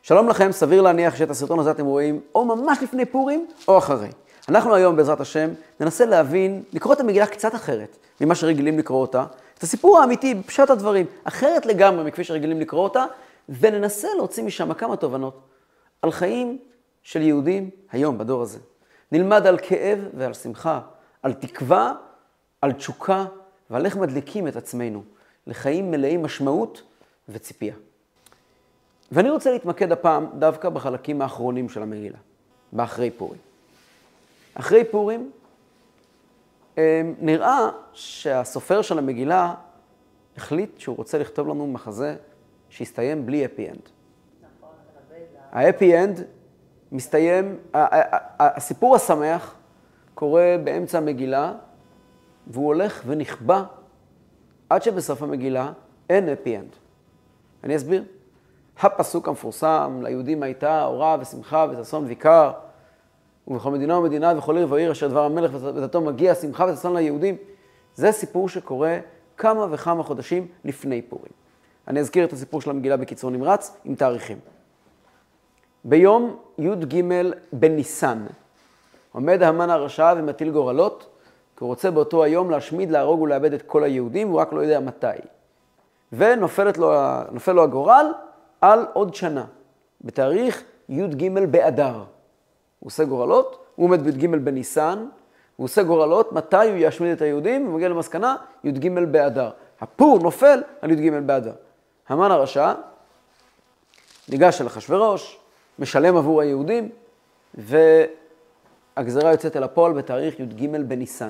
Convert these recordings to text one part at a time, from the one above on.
שלום לכם, סביר להניח שאת הסרטון הזה אתם רואים או ממש לפני פורים או אחרי. אנחנו היום בעזרת השם ננסה להבין, לקרוא את המגילה קצת אחרת ממה שרגילים לקרוא אותה, את הסיפור האמיתי בפשט הדברים, אחרת לגמרי מכפי שרגילים לקרוא אותה, וננסה להוציא משם כמה תובנות על חיים של יהודים היום בדור הזה. נלמד על כאב ועל שמחה, על תקווה, על תשוקה ועל איך מדליקים את עצמנו לחיים מלאים משמעות וציפייה. ואני רוצה להתמקד הפעם דווקא בחלקים האחרונים של המגילה, באחרי פורים. אחרי פורים נראה שהסופר של המגילה החליט שהוא רוצה לכתוב לנו מחזה שיסתיים בלי happy end. ה-happy end מסתיים, הסיפור השמח קורה באמצע המגילה, והוא הולך ונכבה עד שבסוף המגילה אין happy end. אני אסביר. הפסוק המפורסם, ליהודים הייתה אורה ושמחה וששון ויקר, ובכל מדינה ומדינה וכל עיר ועיר אשר דבר המלך ודתו מגיע שמחה וששון ליהודים. זה סיפור שקורה כמה וכמה חודשים לפני פורים. אני אזכיר את הסיפור של המגילה בקיצור נמרץ עם תאריכים. ביום י"ג בניסן עומד המן הרשע ומטיל גורלות, כי הוא רוצה באותו היום להשמיד, להרוג ולאבד את כל היהודים, הוא רק לא יודע מתי. ונופל לו הגורל על עוד שנה, בתאריך י"ג באדר. הוא עושה גורלות, הוא עומד בי"ג בניסן, הוא עושה גורלות, מתי הוא ישמיד את היהודים, ומגיע למסקנה י"ג באדר. הפור נופל על י"ג באדר. המן הרשע ניגש אל אחשוורוש, משלם עבור היהודים, והגזרה יוצאת אל הפועל בתאריך י"ג בניסן.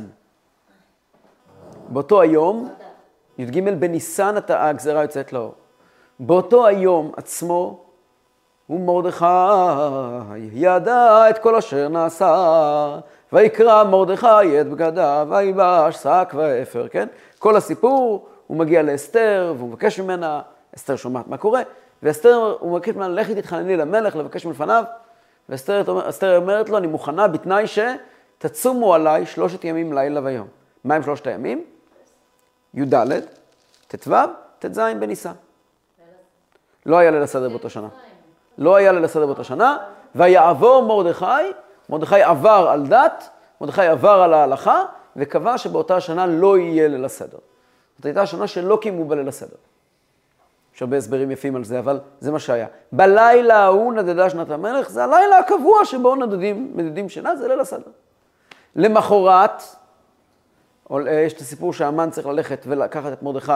באותו היום, י"ג בניסן הגזרה יוצאת לאור. באותו היום עצמו, ומרדכי ידע את כל אשר נעשה, ויקרא מרדכי את בגדיו, ויבש שק ואפר, כן? כל הסיפור, הוא מגיע לאסתר, והוא מבקש ממנה, אסתר שומעת מה קורה, ואסתר, הוא מבקש ממנה, לכי תתחנני למלך, לבקש מלפניו, ואסתר אומרת לו, אני מוכנה בתנאי שתצומו עליי 3 ימים לילה ויום. מה הם 3 הימים? י"ד, ט"ו, ט"ז בניסן. לא היה ליל הסדר באותה שנה. לא היה ליל הסדר באותה שנה, ויעבור מרדכי עבר על דת, מרדכי עבר על ההלכה, וקבע שבאותה שנה לא יהיה ליל הסדר. זאת הייתה השנה שלא קיימו בליל הסדר. יש הרבה הסברים יפים על זה, אבל זה מה שהיה. בלילה ההוא נדדה שנת המלך, זה הלילה הקבוע שבו מדדים שנה, זה ליל הסדר. למחרת, יש את הסיפור שהמן צריך ללכת ולקחת את מרדכי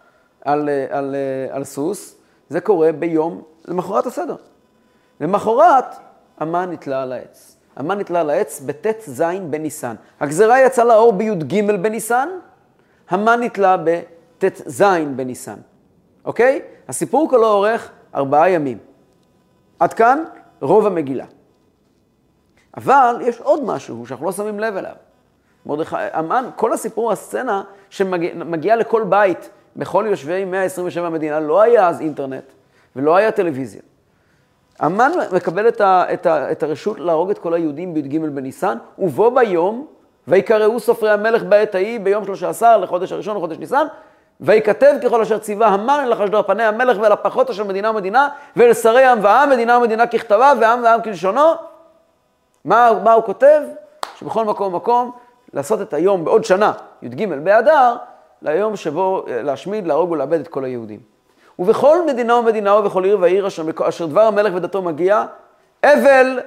על סוס, זה קורה ביום למחרת הסדר. למחרת, המן נתלה על העץ. המן נתלה על העץ בט"ז בניסן. הגזרה יצאה לאור בי"ג בניסן, המן נתלה בט"ז בניסן. אוקיי? הסיפור כולו אורך 4 ימים. עד כאן רוב המגילה. אבל יש עוד משהו שאנחנו לא שמים לב אליו. מרדכי, המן, כל הסיפור, הסצנה שמגיעה לכל בית, בכל יושבי 127 המדינה, לא היה אז אינטרנט ולא היה טלוויזיה. המן מקבל את הרשות להרוג את כל היהודים בי"ג בניסן, ובו ביום, ויקראו סופרי המלך בעת ההיא ביום 13 לחודש הראשון לחודש ניסן, ויקטב ככל אשר ציווה המן אל לחשדור פני המלך ואל הפחות אשר מדינה ומדינה, ואל שרי עם ועם, מדינה ומדינה ככתבה, ועם ועם כלשונו. מה הוא כותב? שבכל מקום ומקום, לעשות את היום בעוד שנה, י"ג באדר, ליום שבו להשמיד, להרוג ולאבד את כל היהודים. ובכל מדינה ומדינה ובכל עיר ועיר אשר דבר המלך ודתו מגיע, אבל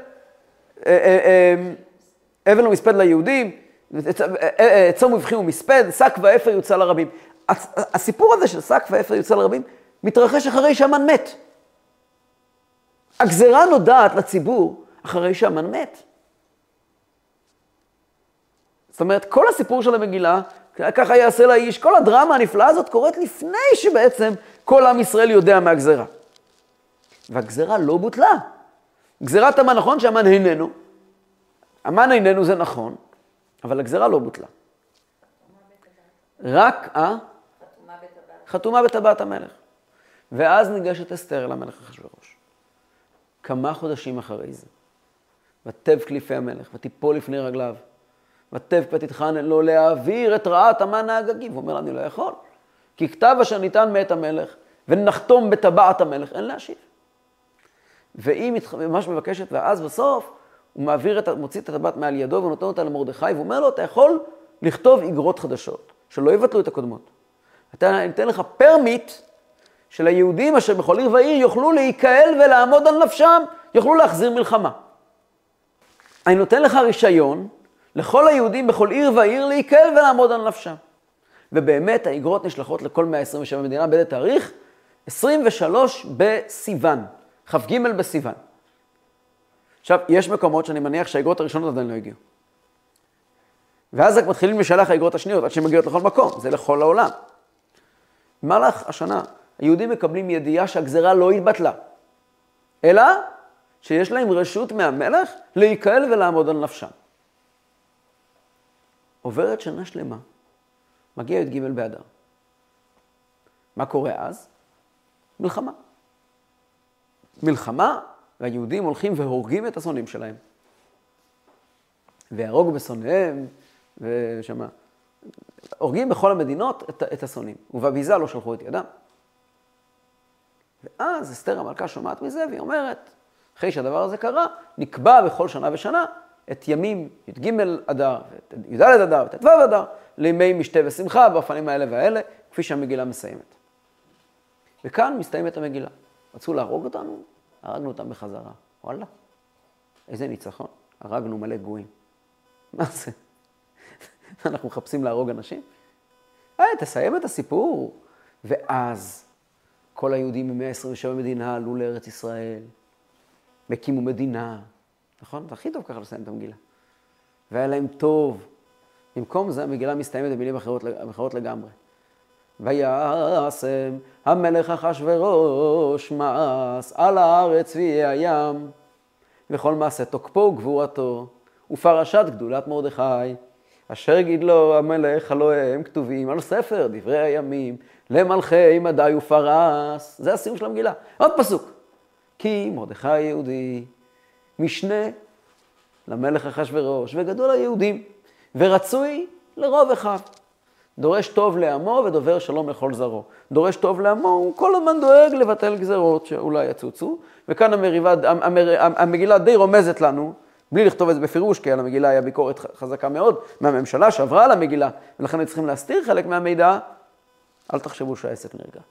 ומספד ליהודים, צום ובכי ומספד, שק ואפר יוצא לרבים. הסיפור הזה של שק ואפר יוצא לרבים, מתרחש אחרי שהמן מת. הגזרה נודעת לציבור אחרי שהמן מת. זאת אומרת, כל הסיפור של המגילה, ככה יעשה לאיש, כל הדרמה הנפלאה הזאת קורית לפני שבעצם כל עם ישראל יודע מהגזרה. והגזרה לא בוטלה. גזירת המן נכון שהמן איננו. המן איננו זה נכון, אבל הגזרה לא בוטלה. רק חתומה בטבעת המלך. ואז ניגשת אסתר אל המלך אחשוורוש. כמה חודשים אחרי זה. ותב קליפי המלך, ותיפול לפני רגליו. ותב פתתחנן לו להעביר את רעת המן האגגי. הוא אומר, אני לא יכול. כי כתב אשר ניתן מאת המלך, ונחתום בטבעת המלך, אין להשיב. והיא ממש מבקשת, ואז בסוף הוא מוציא את הטבעת מעל ידו ונותן אותה למרדכי, והוא אומר לו, אתה יכול לכתוב איגרות חדשות, שלא יבטלו את הקודמות. אני אתן לך פרמיט של היהודים אשר בכל עיר ועיר יוכלו להיקהל ולעמוד על נפשם, יוכלו להחזיר מלחמה. אני נותן לך רישיון לכל היהודים בכל עיר ועיר להיקהל ולעמוד על נפשם. ובאמת האיגרות נשלחות לכל 127 מדינה באיזה תאריך? 23 בסיוון, כ"ג בסיוון. עכשיו, יש מקומות שאני מניח שהאיגרות הראשונות עדיין לא הגיעו. ואז רק מתחילים לשלח האיגרות השניות, עד שהן מגיעות לכל מקום, זה לכל העולם. במהלך השנה, היהודים מקבלים ידיעה שהגזרה לא התבטלה, אלא שיש להם רשות מהמלך להיקהל ולעמוד על נפשם. עוברת שנה שלמה, מגיע י"ג באדר. מה קורה אז? מלחמה. מלחמה, והיהודים הולכים והורגים את השונאים שלהם. והרוג בשונאיהם, ושמה, הורגים בכל המדינות את השונאים. ובביזה לא שלחו את ידם. ואז אסתר המלכה שומעת מזה, והיא אומרת, אחרי שהדבר הזה קרה, נקבע בכל שנה ושנה את ימים י"ג אדר, י"ד אדר, ט"ו אדר, לימי משתה ושמחה, באופנים האלה והאלה, כפי שהמגילה מסיימת. וכאן מסתיימת המגילה. רצו להרוג אותנו, הרגנו אותם בחזרה. וואלה, איזה ניצחון. הרגנו מלא גויים. מה זה? אנחנו מחפשים להרוג אנשים? תסיים את הסיפור. ואז כל היהודים מ-127 מדינה עלו לארץ ישראל, הקימו מדינה. נכון? זה הכי טוב ככה לסיים את המגילה. והיה להם טוב. במקום זה המגילה מסתיימת במילים אחרות לגמרי. ויעשם המלך אחשוורוש מעש על הארץ ויהי הים, וכל מעשה תוקפו וגבורתו, ופרשת גדולת מרדכי, אשר גידלו המלך הלא הם כתובים על ספר דברי הימים, למלכי מדי ופרס. זה הסיום של המגילה. עוד פסוק. כי מרדכי היהודי, משנה למלך אחשוורוש, וגדול היהודים, ורצוי לרוב אחד. דורש טוב לעמו ודובר שלום לכל זרו. דורש טוב לעמו, הוא כל הזמן דואג לבטל גזרות שאולי יצוצו, וכאן המגילה די רומזת לנו, בלי לכתוב את זה בפירוש, כי על המגילה היה ביקורת חזקה מאוד מהממשלה שעברה על המגילה, ולכן צריכים להסתיר חלק מהמידע, אל תחשבו שהעסק נרגע.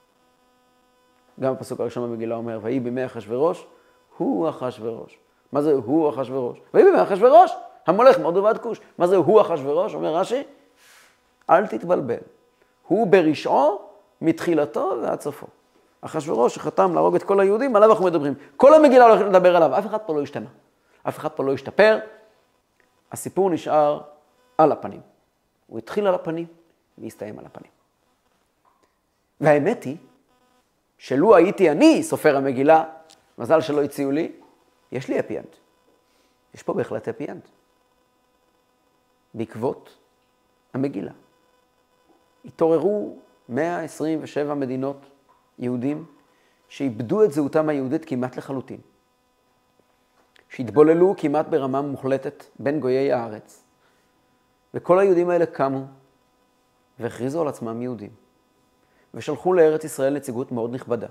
גם הפסוק הראשון במגילה אומר, ויהי בימי אחשוורוש, הוא אחשוורוש. מה זה הוא אחשוורוש? ויהי בימי אחשוורוש, המולך מרדו ועד כוש. מה זה הוא אחשוורוש? אומר רש"י, אל תתבלבל. הוא ברשעו מתחילתו ועד סופו. אחשוורוש שחתם להרוג את כל היהודים, עליו אנחנו מדברים. כל המגילה הולכת לדבר עליו, אף אחד פה לא השתנה. אף אחד פה לא השתפר. הסיפור נשאר על הפנים. הוא התחיל על הפנים והסתיים על הפנים. והאמת היא, שלו הייתי אני סופר המגילה, מזל שלא הציעו לי, יש לי אפיאנט. יש פה בהחלט אפיאנט. בעקבות המגילה. התעוררו 127 מדינות יהודים שאיבדו את זהותם היהודית כמעט לחלוטין. שהתבוללו כמעט ברמה מוחלטת בין גויי הארץ. וכל היהודים האלה קמו והכריזו על עצמם יהודים. ושלחו לארץ ישראל נציגות מאוד נכבדה.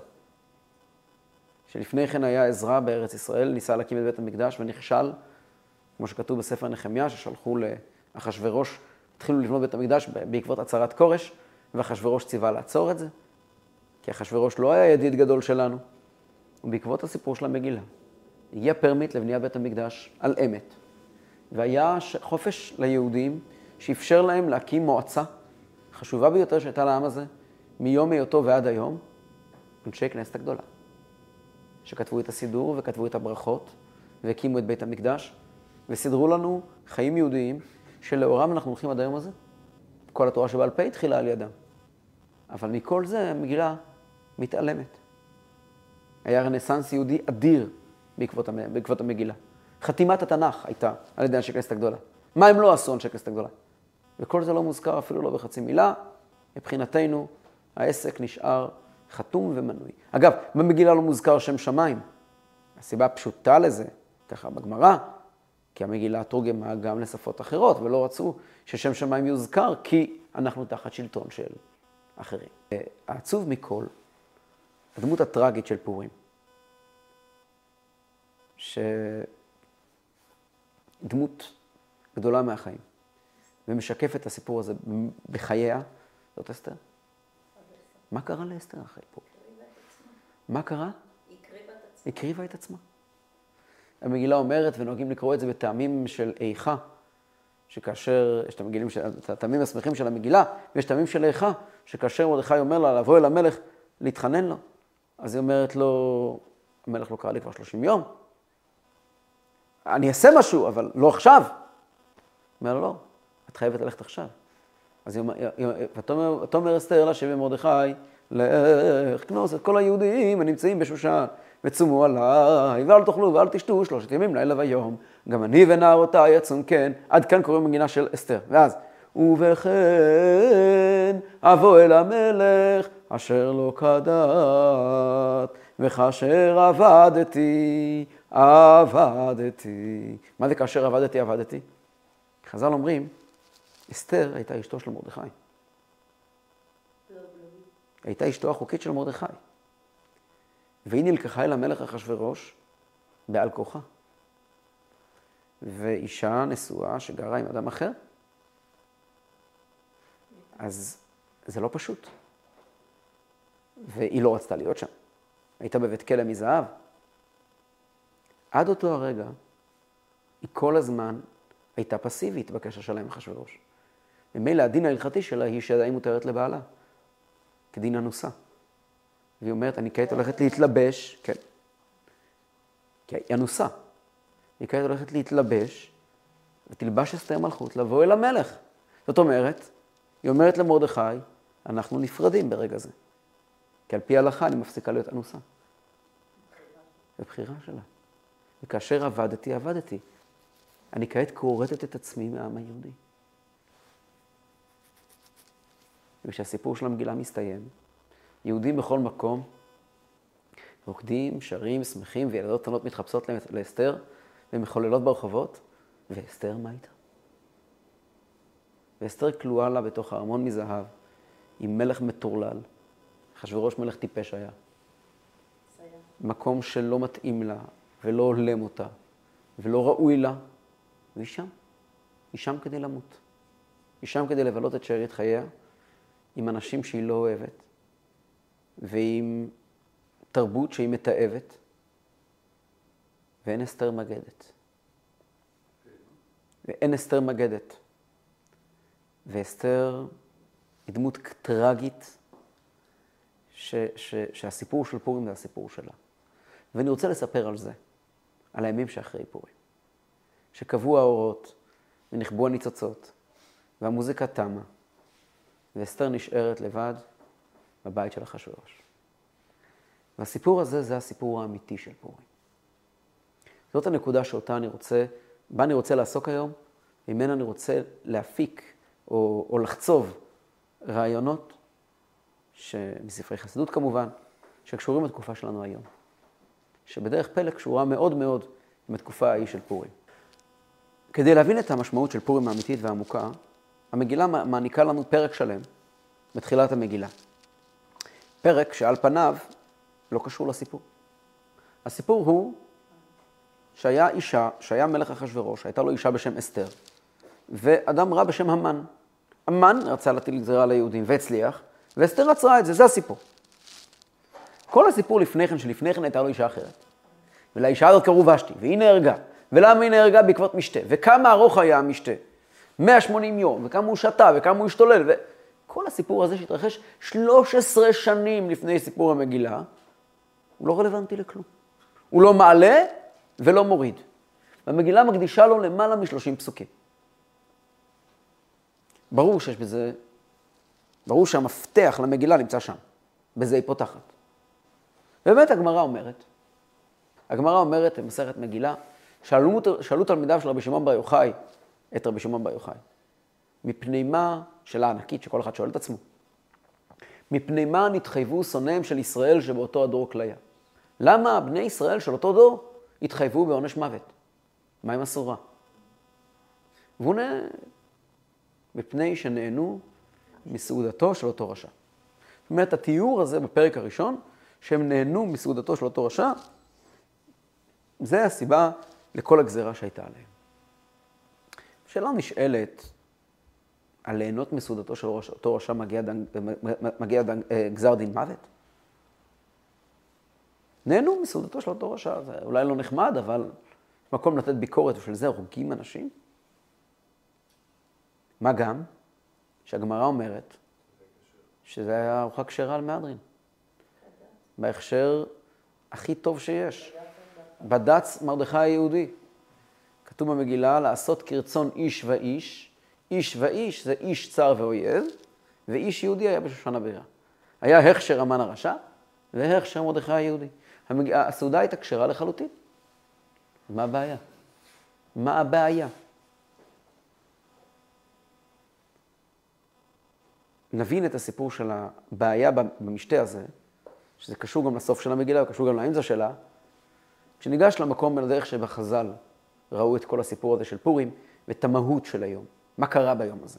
שלפני כן היה עזרא בארץ ישראל, ניסה להקים את בית המקדש ונכשל, כמו שכתוב בספר נחמיה, ששלחו לאחשוורוש, התחילו לבנות בית המקדש בעקבות הצהרת כורש, ואחשוורוש ציווה לעצור את זה, כי אחשוורוש לא היה ידיד גדול שלנו. ובעקבות הסיפור של המגילה, הגיע פרמיט לבניית בית המקדש על אמת. והיה חופש ליהודים שאפשר להם להקים מועצה חשובה ביותר שהייתה לעם הזה, מיום היותו ועד היום, אנשי כנסת הגדולה. שכתבו את הסידור וכתבו את הברכות, והקימו את בית המקדש, וסידרו לנו חיים יהודיים, שלאורם אנחנו הולכים עד היום הזה. כל התורה שבעל פה התחילה על ידם. אבל מכל זה המגילה מתעלמת. היה רנסנס יהודי אדיר בעקבות המגילה. חתימת התנ"ך הייתה על ידי אנשי כנסת הגדולה. מה הם לא עשו אנשי כנסת הגדולה? וכל זה לא מוזכר אפילו לא בחצי מילה. מבחינתנו העסק נשאר חתום ומנוי. אגב, במגילה לא מוזכר שם שמיים. הסיבה פשוטה לזה, ככה בגמרא, כי המגילה תורגמה גם לשפות אחרות, ולא רצו ששם שמיים יוזכר, כי אנחנו תחת שלטון של אחרים. העצוב מכל, הדמות הטרגית של פורים. שדמות גדולה מהחיים, ומשקפת את הסיפור הזה בחייה, זאת אסתר. מה קרה לאסתר אחרי פה? מה קרה? היא הקריבה את עצמה. המגילה אומרת, ונוהגים לקרוא את זה בטעמים של איכה, שכאשר, יש את הטעמים השמחים של המגילה, ויש טעמים של איכה, שכאשר מרדכי אומר לה לבוא אל המלך להתחנן לו, אז היא אומרת לו, המלך לא קרא לי כבר 30 יום, אני אעשה משהו, אבל לא עכשיו. הוא אומר לו, לא, את חייבת ללכת עכשיו. אז ותאמר אסתר להשיב למרדכי, לך כנוס את כל היהודים הנמצאים בשושן, וצומו עליי, ואל תאכלו ואל תשתו 3 ימים לילה ויום. גם אני ונערותיי יצום כן. עד כאן קוראים מגינה של אסתר. ואז, ובכן אבוא אל המלך אשר לא כדת, וכאשר עבדתי. מה זה כאשר עבדתי? חז"ל אומרים, אסתר הייתה אשתו של מרדכי. הייתה אשתו החוקית של מרדכי. והיא נלקחה אל המלך אחשוורוש בעל כוחה. ואישה נשואה שגרה עם אדם אחר. אז זה לא פשוט. והיא לא רצתה להיות שם. הייתה בבית כלא מזהב. עד אותו הרגע, היא כל הזמן הייתה פסיבית בקשר שלה עם אחשוורוש. ממילא הדין ההלכתי שלה היא שעדיין מותרת לבעלה. כדין אנוסה. והיא אומרת, אני כעת הולכת להתלבש, כן. כי היא אנוסה. היא כעת הולכת להתלבש, ותלבש אסתר מלכות, לבוא אל המלך. זאת אומרת, היא אומרת למרדכי, אנחנו נפרדים ברגע זה. כי על פי ההלכה אני מפסיקה להיות אנוסה. זה בחירה שלה. וכאשר עבדתי. אני כעת כורתת את עצמי מהעם היהודי. וכשהסיפור של המגילה מסתיים, יהודים בכל מקום רוקדים, שרים, שמחים, וילדות קטנות מתחפשות לאסתר, ומחוללות ברחובות, ואסתר מה איתה? ואסתר כלואה לה בתוך הארמון מזהב, עם מלך מטורלל, אחשוורוש מלך טיפש היה. מקום שלא מתאים לה, ולא הולם אותה, ולא ראוי לה, והיא שם. היא שם כדי למות. היא שם כדי לבלות את שארית חייה, עם אנשים שהיא לא אוהבת, ועם תרבות שהיא מתאבת, ואין אסתר מגדת. ואין אסתר מגדת. ואסתר היא דמות טרגית, שהסיפור של פורים זה הסיפור שלה. ואני רוצה לספר על זה, על הימים שאחרי פורים. שקבעו האורות, ונחבו הניצוצות, והמוזיקה תמה, ואסתר נשארת לבד בבית של אחשוורוש. והסיפור הזה זה הסיפור האמיתי של פורים. זאת הנקודה שאותה בה אני רוצה לעסוק היום, ממנה אני רוצה להפיק או לחצוב רעיונות מספרי חסידות כמובן, שקשורים לתקופה שלנו היום. שבדרך פלא קשורה מאוד מאוד עם התקופה ההיא של פורים. כדי להבין את המשמעות של פורים האמיתית והעמוקה, המגילה מעניקה לנו פרק שלם בתחילת המגילה. פרק שעל פניו לא קשור לסיפור. הסיפור הוא שהיה מלך אחשוורוש, הייתה לו אישה בשם אסתר, ואדם רע בשם המן. המן רצה להטיל גזירה על היהודים והצליח, ואסתר עצרה את זה, זה הסיפור. כל הסיפור שלפני כן הייתה לו אישה אחרת. ולאישה הזאת קראו ושתי, והיא נהרגה. ולמה היא נהרגה? בעקבות משתה. וכמה ארוך היה המשתה? 180 יום, וכמה הוא שתה, וכמה הוא השתולל. וכל הסיפור הזה שהתרחש 13 שנים לפני סיפור המגילה, הוא לא רלוונטי לכלום. הוא לא מעלה ולא מוריד. והמגילה מקדישה לו למעלה מ-30 פסוקים. ברור שיש בזה, ברור שהמפתח למגילה נמצא שם. בזה היא פותחת. ובאמת הגמרא אומרת במסכת מגילה, שאלו תלמידיו של רבי שמעון בר יוחאי את רבי שמעון בר יוחאי. מפני מה, שאלה ענקית שכל אחד שואל את עצמו, מפני מה נתחייבו שונאיהם של ישראל שבאותו הדור כליה? למה בני ישראל של אותו דור התחייבו בעונש מוות? מה עם אסורה? והוא עונה, מפני שנהנו מסעודתו של אותו רשע. זאת אומרת, התיאור הזה בפרק הראשון, שהם נהנו מסעודתו של אותו רשע, זה הסיבה לכל הגזירה שהייתה עליהם. השאלה נשאלת, על ליהנות מסעודתו של אותו רשע מגיע גזר דין מוות? נהנו מסעודתו של אותו רשע, זה אולי לא נחמד, אבל יש מקום לתת ביקורת, ושל זה הורגים אנשים. מה גם? שהגמרא אומרת שזה היה ארוחה כשרה על מהדרין. בהכשר הכי טוב שיש. בד"ץ מרדכי היהודי. כתוב במגילה, לעשות כרצון איש ואיש. איש ואיש זה איש צר ואויב, ואיש יהודי היה בשושן הבירה. היה הכשר המן הרשע, והכשר מרדכי היהודי. הסעודה הייתה כשרה לחלוטין. מה הבעיה? מה הבעיה? נבין את הסיפור של הבעיה במשתה הזה, שזה קשור גם לסוף של המגילה, וקשור גם לאמצע שלה, כשניגש למקום בדרך שבחז"ל ראו את כל הסיפור הזה של פורים, ואת המהות של היום. מה קרה ביום הזה?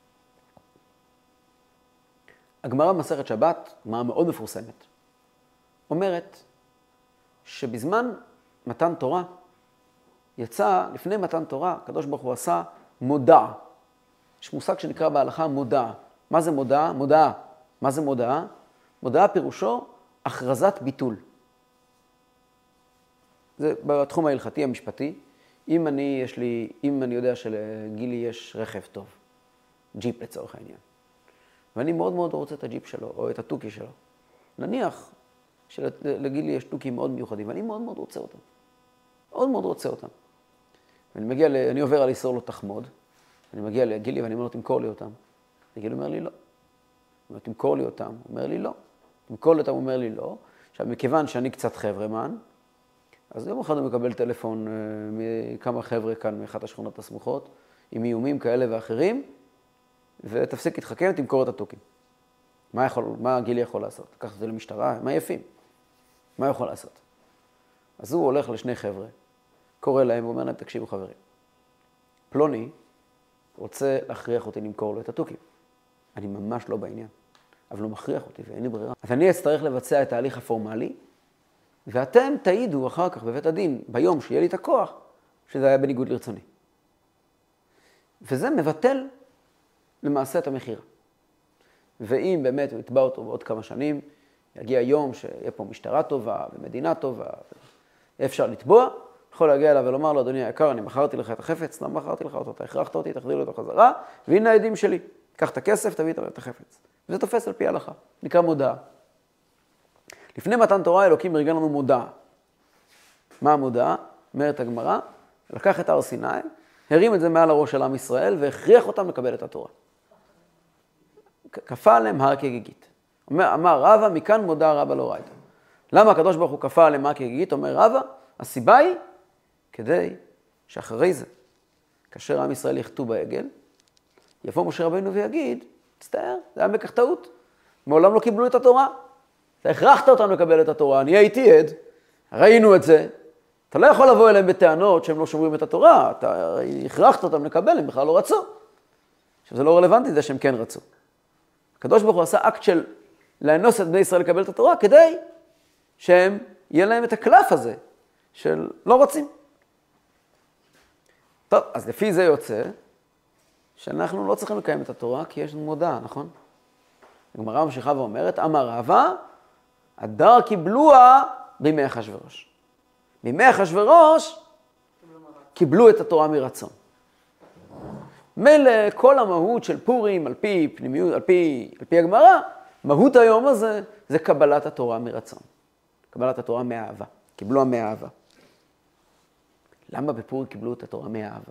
הגמרא במסכת שבת, גמרא מאוד מפורסמת, אומרת שבזמן מתן תורה, יצא, לפני מתן תורה, הקדוש ברוך הוא עשה מודע. יש מושג שנקרא בהלכה מודע. מה זה מודע? מודעה. מה זה מודעה? מודעה פירושו הכרזת ביטול. זה בתחום ההלכתי המשפטי. אם אני יודע שלגילי יש רכב טוב, ג'יפ לצורך העניין, ואני מאוד מאוד רוצה את הג'יפ שלו, או את הטוקי שלו. נניח שלגילי יש טוקים מאוד מיוחדים, ואני מאוד מאוד רוצה אותם. מאוד מאוד רוצה אותם. אני עובר על איסור לא תחמוד, אני מגיע לגילי ואני אומר לו, תמכור לי אותם. גילי אומר לי לא. הוא אומר, תמכור לי אותם. הוא אומר לי לא. תמכור לי אותם, הוא אומר לי לא. עכשיו, מכיוון שאני קצת חברמן, אז יום אחד הוא מקבל טלפון מכמה חבר'ה כאן מאחת השכונות הסמוכות, עם איומים כאלה ואחרים, ותפסיק להתחכם, תמכור את הטוקים. מה גילי יכול לעשות? לקח את זה למשטרה, מה יפים? מה יכול לעשות? אז הוא הולך לשני חבר'ה, קורא להם ואומר להם, תקשיבו חברים, פלוני רוצה להכריח אותי למכור לו את הטוקים. אני ממש לא בעניין, אבל הוא מכריח אותי ואין לי ברירה. אז אני אצטרך לבצע את ההליך הפורמלי, ואתם תעידו אחר כך בבית הדין, ביום שיהיה לי את הכוח, שזה היה בניגוד לרצוני. וזה מבטל למעשה את המחיר. ואם באמת הוא יתבע אותו בעוד כמה שנים, יגיע יום שיהיה פה משטרה טובה ומדינה טובה, אפשר לתבוע, יכול להגיע אליו ולומר לו, אדוני היקר, אני מכרתי לך את החפץ, לא מכרתי לך אותו, אתה הכרחת אותי, תחזיר לי אותו חזרה, והנה העדים שלי. קח את הכסף, תביא את החפץ. וזה תופס על פי ההלכה, נקרא מודעה. לפני מתן תורה, אלוקים ארגן לנו מודעה. מה המודעה? אומרת הגמרא, לקח את הר סיני, הרים את זה מעל הראש של עם ישראל, והכריח אותם לקבל את התורה. כפה עליהם הר כגיגית. אמר רבא, מכאן מודעה רבא לא ראית. למה הקדוש ברוך הוא כפה עליהם הר כגיגית? אומר רבא, הסיבה היא כדי שאחרי זה, כאשר עם ישראל יחטאו בעגל, יבוא משה רבינו ויגיד, תצטער, זה היה מקח טעות. מעולם לא קיבלו את התורה. אתה הכרחת אותם לקבל את התורה, אני הייתי עד, ראינו את זה. אתה לא יכול לבוא אליהם בטענות שהם לא שומרים את התורה, אתה הכרחת אותם לקבל, הם בכלל לא רצו. עכשיו זה לא רלוונטי, זה שהם כן רצו. הקדוש ברוך הוא עשה אקט של לאנוס את בני ישראל לקבל את התורה, כדי שהם יהיה להם את הקלף הזה של לא רוצים. טוב, אז לפי זה יוצא שאנחנו לא צריכים לקיים את התורה, כי יש לנו מודעה, נכון? הגמרא ממשיכה ואומרת, אמר רבא, הדר קיבלוה בימי אחשוורוש. בימי אחשוורוש קיבלו את התורה מרצון. מילא כל המהות של פורים, על פי פנימיות, על פי הגמרא, מהות היום הזה זה קבלת התורה מרצון. קבלת התורה מאהבה. קיבלוה מאהבה. למה בפורים קיבלו את התורה מאהבה?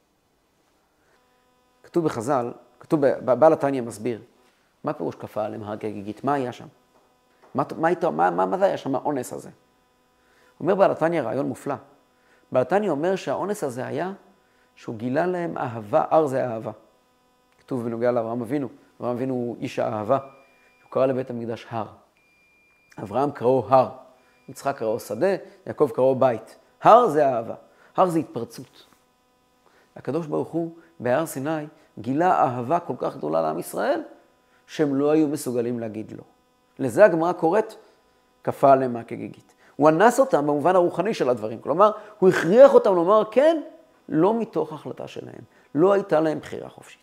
כתוב בחז"ל, בעל התניא מסביר, מה פירוש כפה עליהם הר כגיגית? מה היה שם? מה זה היה שם האונס הזה? אומר בעל התניא רעיון מופלא. בעל התניא אומר שהאונס הזה היה שהוא גילה להם אהבה, הר זה אהבה. כתוב בנוגע לאברהם אבינו, אברהם אבינו הוא איש האהבה, הוא קרא לבית המקדש הר. אברהם קראו הר, יצחק קראו שדה, יעקב קראו בית. הר זה אהבה, הר זה התפרצות. הקדוש ברוך הוא בהר סיני גילה אהבה כל כך גדולה לעם ישראל, שהם לא היו מסוגלים להגיד לו. לזה הגמרא קוראת כפה עליהם הר כגיגית. הוא אנס אותם במובן הרוחני של הדברים. כלומר, הוא הכריח אותם לומר כן, לא מתוך החלטה שלהם. לא הייתה להם בחירה חופשית.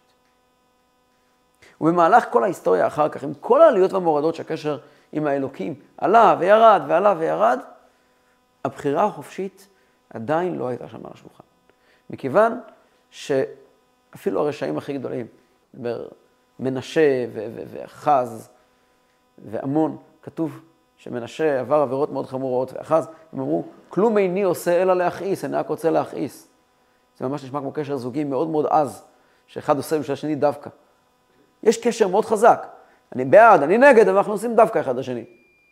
ובמהלך כל ההיסטוריה אחר כך, עם כל העליות והמורדות שהקשר עם האלוקים עלה וירד ועלה וירד, הבחירה החופשית עדיין לא הייתה שם על השולחן. מכיוון שאפילו הרשעים הכי גדולים, מנשה ואחז ועמון, כתוב שמנשה עבר עבירות מאוד חמורות, ואחז, הם אמרו, כלום איני עושה אלא להכעיס, אני רק רוצה להכעיס. זה ממש נשמע כמו קשר זוגי מאוד מאוד עז, שאחד עושה בשביל השני דווקא. יש קשר מאוד חזק. אני בעד, אני נגד, אבל אנחנו עושים דווקא אחד לשני.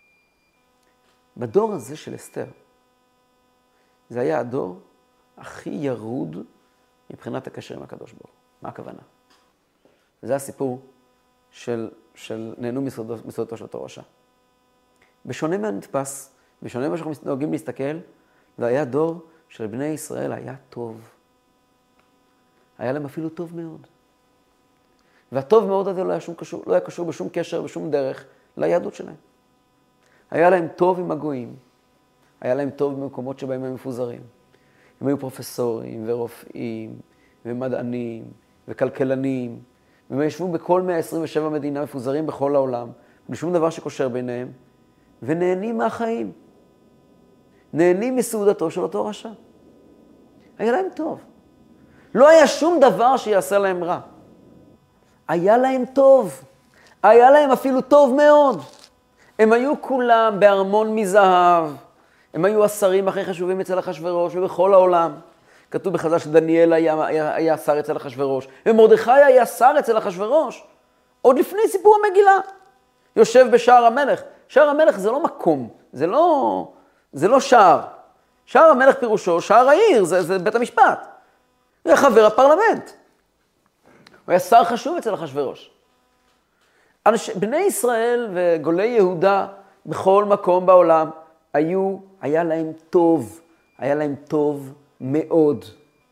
בדור הזה של אסתר, זה היה הדור הכי ירוד מבחינת הקשר עם הקדוש ברוך הוא. מה הכוונה? וזה הסיפור של נהנו מסעודתו של אותו רשע. בשונה מהנתפס, בשונה מה שאנחנו נוהגים להסתכל, זה היה דור של בני ישראל היה טוב. היה להם אפילו טוב מאוד. והטוב מאוד הזה לא היה קשור בשום קשר, בשום דרך ליהדות שלהם. היה להם טוב עם הגויים. היה להם טוב במקומות שבהם הם מפוזרים. הם היו פרופסורים ורופאים ומדענים וכלכלנים. והם ישבו בכל 127 מדינה מפוזרים בכל העולם, בלי שום דבר שקושר ביניהם, ונהנים מהחיים. נהנים מסעודתו של אותו רשע. היה להם טוב. לא היה שום דבר שיעשה להם רע. היה להם טוב. היה להם אפילו טוב מאוד. הם היו כולם בארמון מזהב. הם היו השרים הכי חשובים אצל אחשוורוש ובכל העולם. כתוב בחז"ל שדניאל היה שר אצל אחשוורוש. ומרדכי היה שר אצל אחשוורוש. עוד לפני סיפור המגילה. יושב בשער המלך. שער המלך זה לא מקום. זה לא שער. שער המלך פירושו, שער העיר, זה בית המשפט. הוא היה חבר הפרלמנט. הוא היה שר חשוב אצל אחשוורוש. בני ישראל וגולי יהודה בכל מקום בעולם היה להם טוב. היה להם טוב מאוד.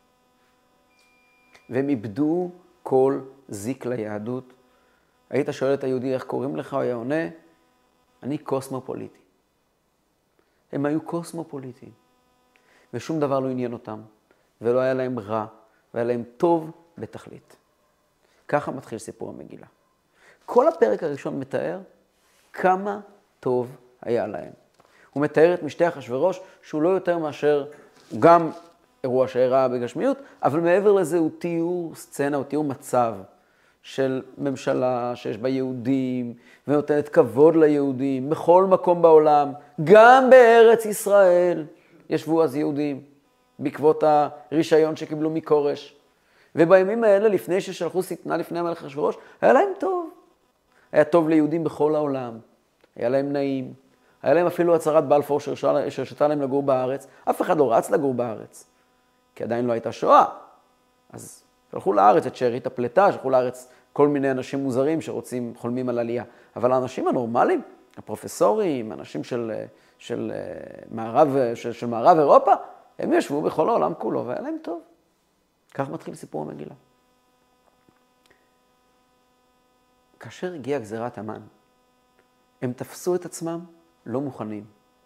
והם איבדו כל זיק ליהדות. היית שואל את היהודי איך קוראים לך, הוא היה עונה, אני קוסמופוליטי. הם היו קוסמופוליטיים. ושום דבר לא עניין אותם. ולא היה להם רע. והיה להם טוב בתכלית. ככה מתחיל סיפור המגילה. כל הפרק הראשון מתאר כמה טוב היה להם. הוא מתאר את משתה אחשוורוש, שהוא לא יותר מאשר גם אירוע שהראה בגשמיות, אבל מעבר לזה הוא תיאור סצנה, הוא תיאור מצב של ממשלה שיש בה יהודים, ונותנת כבוד ליהודים, בכל מקום בעולם, גם בארץ ישראל ישבו אז יהודים, בעקבות הרישיון שקיבלו מקורש. ובימים האלה, לפני ששלחו שטנה לפני המלך אחשוורוש, היה להם טוב. היה טוב ליהודים בכל העולם. היה להם נעים. היה להם אפילו הצהרת בלפור שהרשתה להם לגור בארץ. אף אחד לא רץ לגור בארץ, כי עדיין לא הייתה שואה. אז שלחו לארץ את שארית הפלטה, שלחו לארץ כל מיני אנשים מוזרים חולמים על עלייה. אבל האנשים הנורמליים, הפרופסורים, אנשים של מערב אירופה, הם ישבו בכל העולם כולו והיה להם טוב. כך מתחיל סיפור המגילה. כאשר הגיעה גזירת המן, הם תפסו את עצמם לא מוכנים.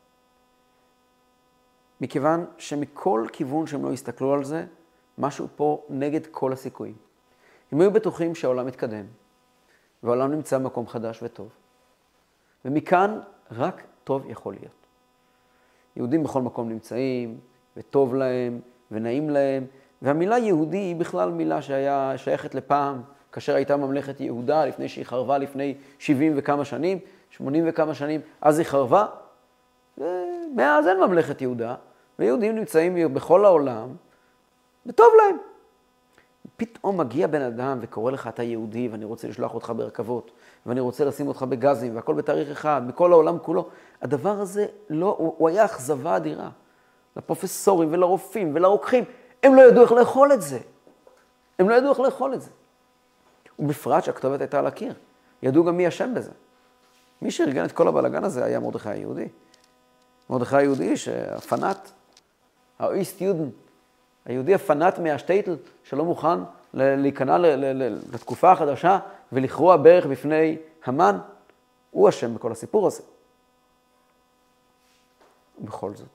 מכיוון שמכל כיוון שהם לא הסתכלו על זה, משהו פה נגד כל הסיכויים. הם היו בטוחים שהעולם מתקדם, והעולם נמצא במקום חדש וטוב. ומכאן רק טוב יכול להיות. יהודים בכל מקום נמצאים, וטוב להם, ונעים להם, והמילה יהודי היא בכלל מילה שהיה שייכת לפעם, כאשר הייתה ממלכת יהודה, לפני שהיא חרבה לפני 70 וכמה שנים, 80 וכמה שנים, אז היא חרבה, ומאז אין ממלכת יהודה, ויהודים נמצאים בכל העולם, וטוב להם. פתאום מגיע בן אדם וקורא לך, אתה יהודי, ואני רוצה לשלוח אותך ברכבות, ואני רוצה לשים אותך בגזים, והכל בתאריך אחד, בכל העולם כולו. הדבר הזה הוא היה אכזבה אדירה. לפרופסורים ולרופאים ולרוקחים, הם לא ידעו איך לאכול את זה. הם לא ידעו איך לאכול את זה. ובפרט שהכתובת הייתה על הקיר. ידעו גם מי אשם בזה. מי שארגן את כל הבלגן הזה היה מרדכי היהודי. מרדכי היהודי שהפנאט, האיסט יודן, היהודי הפנאט מהשטייטל שלא מוכן להיכנע לתקופה החדשה ולכרוע ברך בפני המן, הוא אשם בכל הסיפור הזה. ובכל זאת,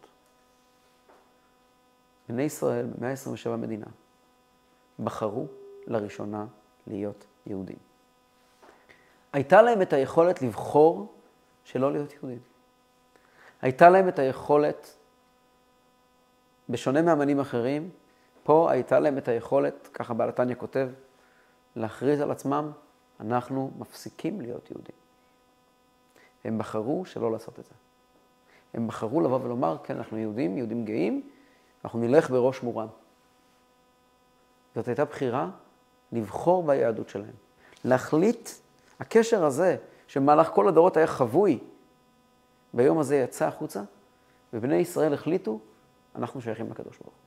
בני ישראל ב-127 מדינה בחרו לראשונה להיות יהודים. הייתה להם את היכולת לבחור שלא להיות יהודים. הייתה להם את היכולת, בשונה מאמנים אחרים, פה הייתה להם את היכולת, ככה בעל התניא כותב, להכריז על עצמם, אנחנו מפסיקים להיות יהודים. הם בחרו שלא לעשות את זה. הם בחרו לבוא ולומר, כן, אנחנו יהודים, יהודים גאים, אנחנו נלך בראש מורם. זאת הייתה בחירה לבחור ביהדות שלהם. להחליט, הקשר הזה, שמהלך כל הדורות היה חבוי, ביום הזה יצא החוצה, ובני ישראל החליטו, אנחנו שייכים לקדוש ברוך הוא.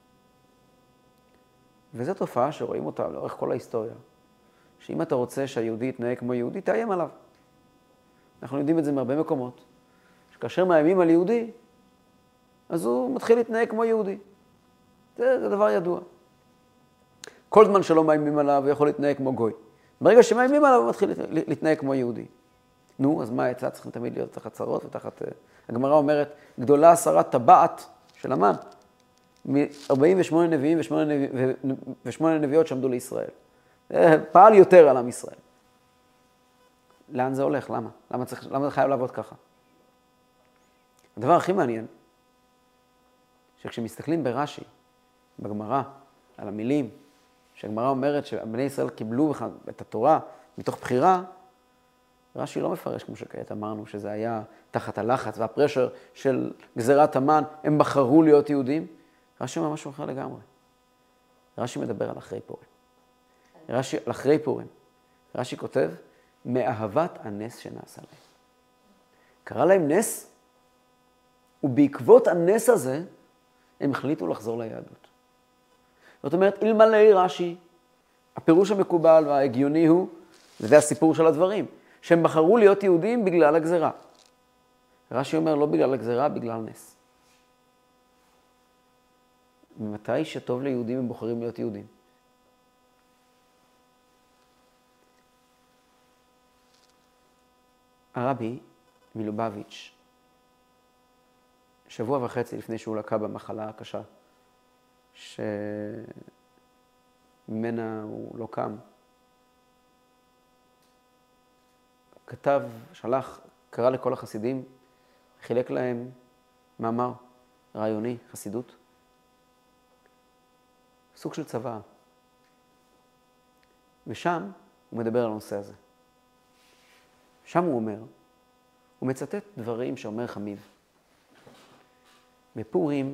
וזו תופעה שרואים אותה לאורך כל ההיסטוריה, שאם אתה רוצה שהיהודי יתנהג כמו יהודי, תאיים עליו. אנחנו יודעים את זה מהרבה מקומות, שכאשר מאיימים על יהודי, אז הוא מתחיל להתנהג כמו יהודי. זה דבר ידוע. כל זמן שלא מאיימים עליו, הוא יכול להתנהג כמו גוי. ברגע שמאיימים עליו, הוא מתחיל להתנהג כמו יהודי. נו, אז מה העצה? צריכים תמיד להיות תחת צרות ותחת... הגמרא אומרת, גדולה הסרת טבעת של המן, מ-48 נביאים ו8 נביאות שעמדו לישראל. פעל יותר על עם ישראל. לאן זה הולך? למה? למה זה חייב לעבוד ככה? הדבר הכי מעניין, שכשמסתכלים ברש"י, בגמרא, על המילים, שהגמרא אומרת שבני ישראל קיבלו את התורה מתוך בחירה, רש"י לא מפרש כמו שכעת אמרנו, שזה היה תחת הלחץ והפרשר של גזירת המן, הם בחרו להיות יהודים. רש"י אומר משהו אחר לגמרי. רש"י מדבר על אחרי פורים. על אחרי פורים. רש"י כותב, מאהבת הנס שנעשה להם. קרא להם נס, ובעקבות הנס הזה, הם החליטו לחזור ליהדות. זאת אומרת, אלמלא רש"י, הפירוש המקובל וההגיוני הוא, וזה הסיפור של הדברים, שהם בחרו להיות יהודים בגלל הגזרה. רש"י אומר, לא בגלל הגזרה, בגלל נס. ממתי שטוב ליהודים הם בוחרים להיות יהודים? הרבי מלובביץ', שבוע וחצי לפני שהוא לקה במחלה הקשה, שממנה הוא לא קם, כתב, שלח, קרא לכל החסידים, חילק להם מאמר רעיוני, חסידות, סוג של צבא. ושם הוא מדבר על הנושא הזה. שם הוא אומר, הוא מצטט דברים שאומר חמיב. בפורים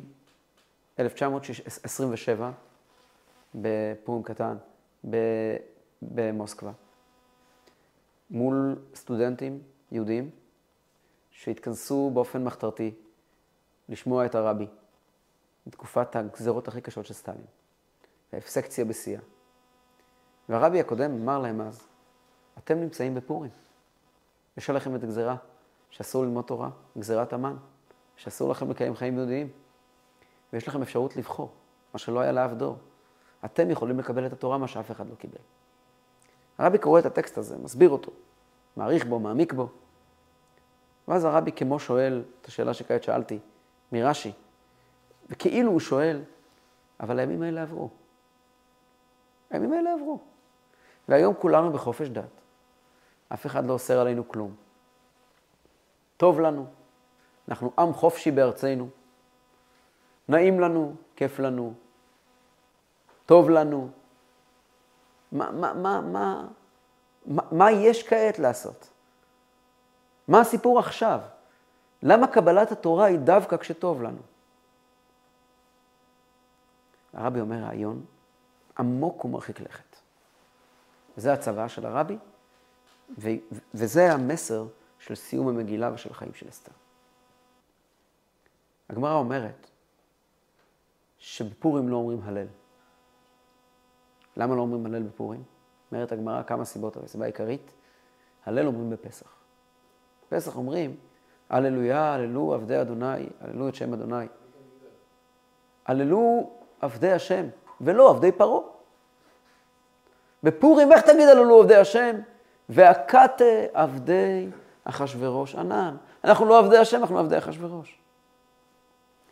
1927, בפורים קטן, במוסקבה, מול סטודנטים יהודים שהתכנסו באופן מחתרתי לשמוע את הרבי בתקופת הגזרות הכי קשות של סטלין, והאפסקציה בשיאה. והרבי הקודם אמר להם אז, אתם נמצאים בפורים. יש עליכם את הגזרה שאסור ללמוד תורה, גזירת המן, שאסור לכם לקיים חיים יהודיים. ויש לכם אפשרות לבחור, מה שלא היה לאף דור. אתם יכולים לקבל את התורה, מה שאף אחד לא קיבל. הרבי קורא את הטקסט הזה, מסביר אותו, מעריך בו, מעמיק בו. ואז הרבי כמו שואל את השאלה שכעת שאלתי, מרש"י, וכאילו הוא שואל, אבל הימים האלה עברו. הימים האלה עברו. והיום כולנו בחופש דת. אף אחד לא אוסר עלינו כלום. טוב לנו. אנחנו עם חופשי בארצנו. נעים לנו, כיף לנו. טוב לנו. מה יש כעת לעשות? מה הסיפור עכשיו? למה קבלת התורה היא דווקא כשטוב לנו? הרבי אומר רעיון עמוק ומרחיק לכת. זה הצבא של הרבי, וזה המסר של סיום המגילה ושל החיים של אסתר. הגמרא אומרת שבפורים לא אומרים הלל. למה לא אומרים הלל בפורים? אומרת הגמרא כמה סיבות, אבל הסיבה העיקרית, הלל אומרים בפסח. בפסח אומרים, הללויה, הללו עבדי אדוני, הללו את שם אדוני. הללו עבדי השם, ולא עבדי פרעה. בפורים, איך תגיד הללו עבדי השם? והכת עבדי אחשוורוש ענן. אנחנו לא עבדי השם, אנחנו עבדי אחשוורוש.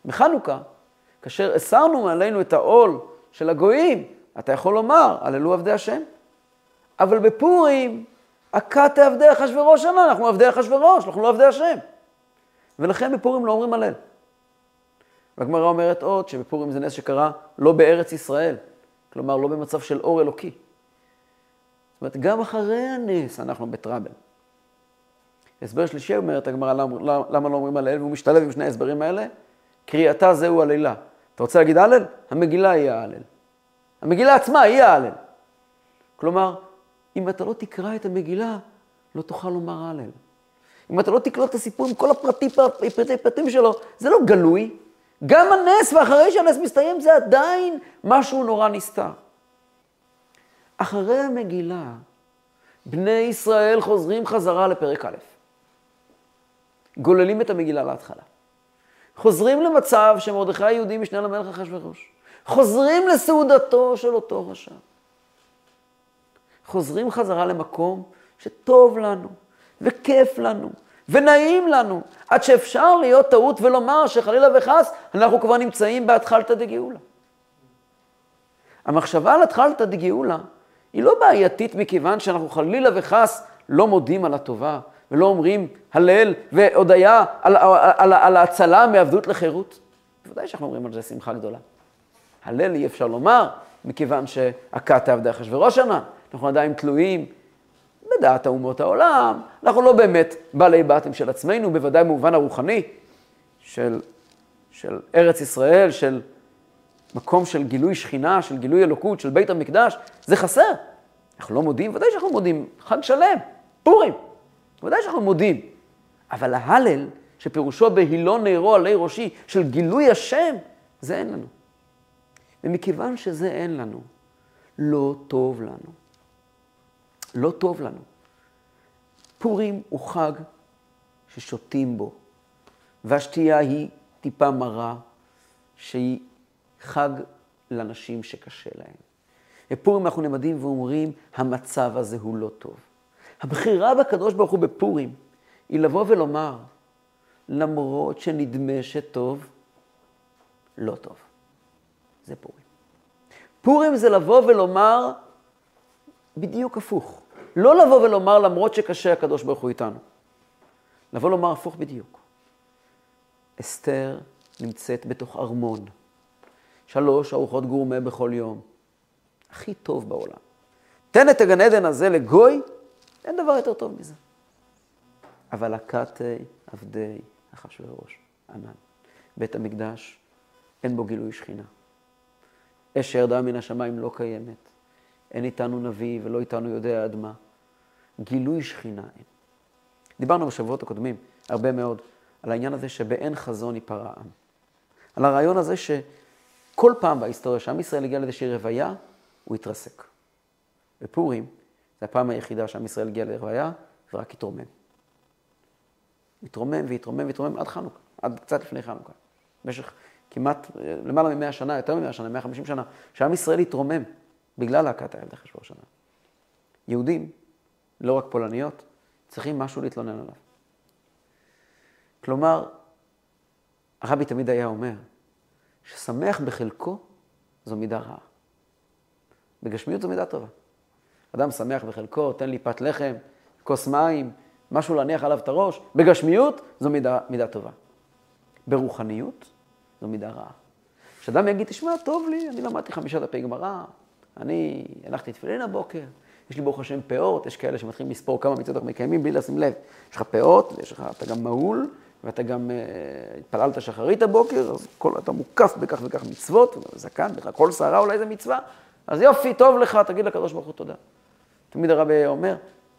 בחנוכה, כאשר הסרנו מעלינו את העול של הגויים, אתה יכול לומר, הללו עבדי השם. אבל בפורים, הכת עבדי אחשוורוש שנה, אנחנו עבדי אחשוורוש, אנחנו לא עבדי השם. ולכן בפורים לא אומרים הלל. והגמרא אומרת עוד שבפורים זה נס שקרה לא בארץ ישראל, כלומר לא במצב של אור אלוקי. זאת אומרת, גם אחרי הנס אנחנו בטראבל. הסבר שלישי אומרת הגמרא למה לא אומרים הלל, והוא משתלב עם שני ההסברים האלה, קריאתה זהו הלילה. אתה רוצה להגיד הלל? המגילה היא ההלל. המגילה עצמה היא ההלל. כלומר, אם אתה לא תקרא את המגילה, לא תוכל לומר הלל. אם אתה לא תקלוט את הסיפור עם כל הפרטים שלו, זה לא גלוי. גם הנס, ואחרי שהנס מסתיים, זה עדיין משהו נורא נסתר. אחרי המגילה, בני ישראל חוזרים חזרה לפרק א'. גוללים את המגילה להתחלה. חוזרים למצב שמרדכי היהודי משנה למלך אחשוורוש. חוזרים לסעודתו של אותו רשע. חוזרים חזרה למקום שטוב לנו, וכיף לנו, ונעים לנו, עד שאפשר להיות טעות ולומר שחלילה וחס, אנחנו כבר נמצאים בהתחלתא דגאולה. המחשבה על התחלתא דגאולה, היא לא בעייתית מכיוון שאנחנו חלילה וחס לא מודים על הטובה, ולא אומרים הלל והודיה על ההצלה מעבדות לחירות. בוודאי שאנחנו אומרים על זה שמחה גדולה. הלל אי אפשר לומר, מכיוון שהכת עבדי אחשוורוש שנה, אנחנו עדיין תלויים בדעת אומות העולם, אנחנו לא באמת בעלי בתים של עצמנו, בוודאי במובן הרוחני של ארץ ישראל, של מקום של גילוי שכינה, של גילוי אלוקות, של בית המקדש, זה חסר. אנחנו לא מודים, ודאי שאנחנו מודים, חג שלם, פורים, ודאי שאנחנו מודים. אבל ההלל, שפירושו בהילון נערו עלי ראשי, של גילוי השם, זה אין לנו. ומכיוון שזה אין לנו, לא טוב לנו. לא טוב לנו. פורים הוא חג ששותים בו, והשתייה היא טיפה מרה, שהיא חג לאנשים שקשה להם. בפורים אנחנו נמדים ואומרים, המצב הזה הוא לא טוב. הבחירה בקדוש ברוך הוא בפורים, היא לבוא ולומר, למרות שנדמה שטוב, לא טוב. זה פורים. פורים זה לבוא ולומר, בדיוק הפוך. לא לבוא ולומר למרות שקשה הקדוש ברוך הוא איתנו. לבוא לומר הפוך בדיוק. אסתר נמצאת בתוך ארמון. 3 ארוחות גורמה בכל יום. הכי טוב בעולם. תן את הגן עדן הזה לגוי, אין דבר יותר טוב מזה. אבל הכת עבדי אחשוורוש ענן. בית המקדש אין בו גילוי שכינה. אש שירדה מן השמיים לא קיימת. אין איתנו נביא ולא איתנו יודע עד מה. גילוי שכינה אין. דיברנו בשבועות הקודמים הרבה מאוד על העניין הזה שבאין חזון ייפרע עם. על הרעיון הזה שכל פעם בהיסטוריה שעם ישראל הגיע לאיזושהי רוויה, הוא התרסק. בפורים, זו הפעם היחידה שעם ישראל הגיע לרוויה ורק התרומם. התרומם והתרומם והתרומם עד חנוכה, עד קצת לפני חנוכה. במשך כמעט למעלה מ-100 שנה, יותר מ-100 שנה, 150 שנה, שעם ישראל התרומם בגלל הכת עבדי אחשוורוש שנה. יהודים, לא רק פולניות, צריכים משהו להתלונן עליו. כלומר, הרבי תמיד היה אומר, ששמח בחלקו זו מידה רעה. בגשמיות זו מידה טובה. אדם שמח בחלקו, תן לי פת לחם, כוס מים, משהו להניח עליו את הראש. בגשמיות זו מידה טובה. ברוחניות זו מידה רעה. כשאדם יגיד, תשמע, טוב לי, אני למדתי 5 דפי גמרא, אני הלכתי תפילין הבוקר, יש לי ברוך השם פאות, יש כאלה שמתחילים לספור כמה מצוות אנחנו מקיימים בלי לשים לב. יש לך פאות, אתה גם מהול, ואתה גם התפללת שחרית הבוקר, אז אתה מוקף בכך וכך מצוות, זקן, בכך כל שערה אולי זה מצווה, אז יופי, טוב לך, תגיד לקדוש ברוך הוא תודה. תמיד הרבי אומר,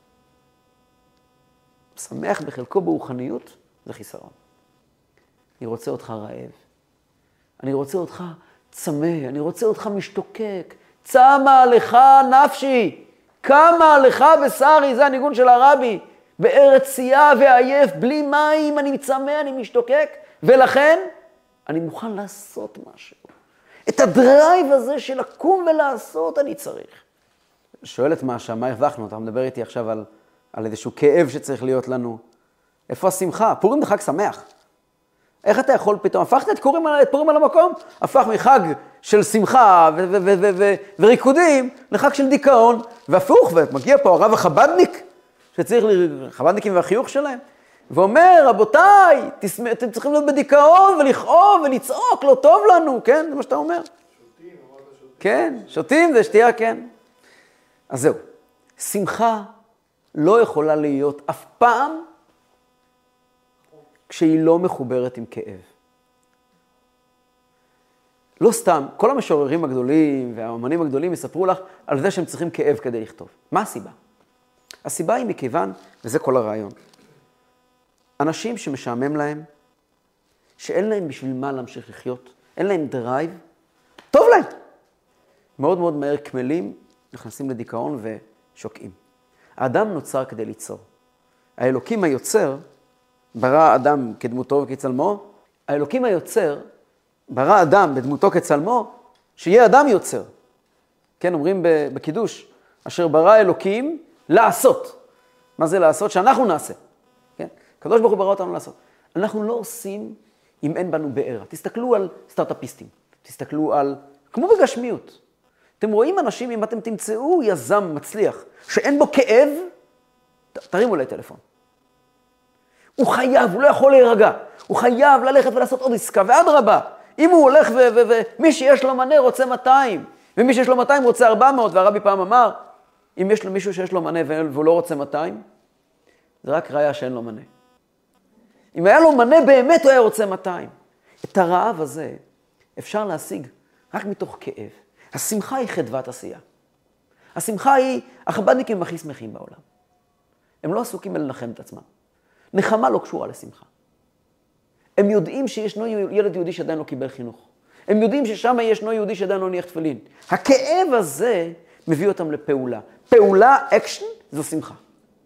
שמח בחלקו ברוחניות, זה חיסרון. אני רוצה אותך רעב, אני רוצה אותך צמא, אני רוצה אותך משתוקק, צמה לך נפשי, קמה לך בשרי, זה הניגון של הרבי, בארץ צייה ועייף, בלי מים, אני צמא, אני משתוקק, ולכן אני מוכן לעשות משהו. את הדרייב הזה של לקום ולעשות אני צריך. שואלת מה הרווחנו? אתה מדבר איתי עכשיו על איזשהו כאב שצריך להיות לנו. איפה השמחה? פורים זה חג שמח. איך אתה יכול פתאום? הפכת את פורים על המקום, הפך מחג של שמחה וריקודים לחג של דיכאון, והפוך, ומגיע פה הרב החבדניק, שצריך חבדניקים והחיוך שלהם, ואומר, רבותיי, אתם צריכים להיות בדיכאון ולכאוב ולצעוק, לא טוב לנו, כן? זה מה שאתה אומר. שותים, אמרת שותים. כן, שותים זה שתייה, כן. אז זהו, שמחה לא יכולה להיות אף פעם כשהיא לא מחוברת עם כאב. לא סתם, כל המשוררים הגדולים והאמנים הגדולים יספרו לך על זה שהם צריכים כאב כדי לכתוב. מה הסיבה? הסיבה היא מכיוון, וזה כל הרעיון, אנשים שמשעמם להם, שאין להם בשביל מה להמשיך לחיות, אין להם דרייב, טוב להם. מאוד מאוד מהר כמלים, נכנסים לדיכאון ושוקעים. האדם נוצר כדי ליצור. האלוקים היוצר, ברא אדם כדמותו וכצלמו, האלוקים היוצר, ברא אדם בדמותו כצלמו, שיהיה אדם יוצר. כן, אומרים בקידוש, אשר ברא אלוקים לעשות. מה זה לעשות? שאנחנו נעשה. כן? הקדוש ברוך הוא ברא אותנו לעשות. אנחנו לא עושים אם אין בנו בערה. תסתכלו על סטארט-אפיסטים. תסתכלו על, כמו בגשמיות. אתם רואים אנשים, אם אתם תמצאו יזם מצליח, שאין בו כאב, תרימו לי טלפון. הוא חייב, הוא לא יכול להירגע. הוא חייב ללכת ולעשות עוד עסקה, ועד רבה. אם הוא הולך ומי שיש לו מנה רוצה 200, ומי שיש לו 200 רוצה 400, והרבי פעם אמר, אם יש לו מישהו שיש לו מנה והוא לא רוצה 200, זה רק ראיה שאין לו מנה. אם היה לו מנה באמת הוא היה רוצה 200. את הרעב הזה אפשר להשיג רק מתוך כאב. השמחה היא חדוות עשייה. השמחה היא, החבדניקים הכי שמחים בעולם. הם לא עסוקים לנחם את עצמם. נחמה לא קשורה לשמחה. הם יודעים שישנו ילד יהודי שעדיין לא קיבל חינוך. הם יודעים ששם ישנו יהודי שעדיין לא ניח תפילין. הכאב הזה מביא אותם לפעולה. פעולה, אקשן, זו שמחה.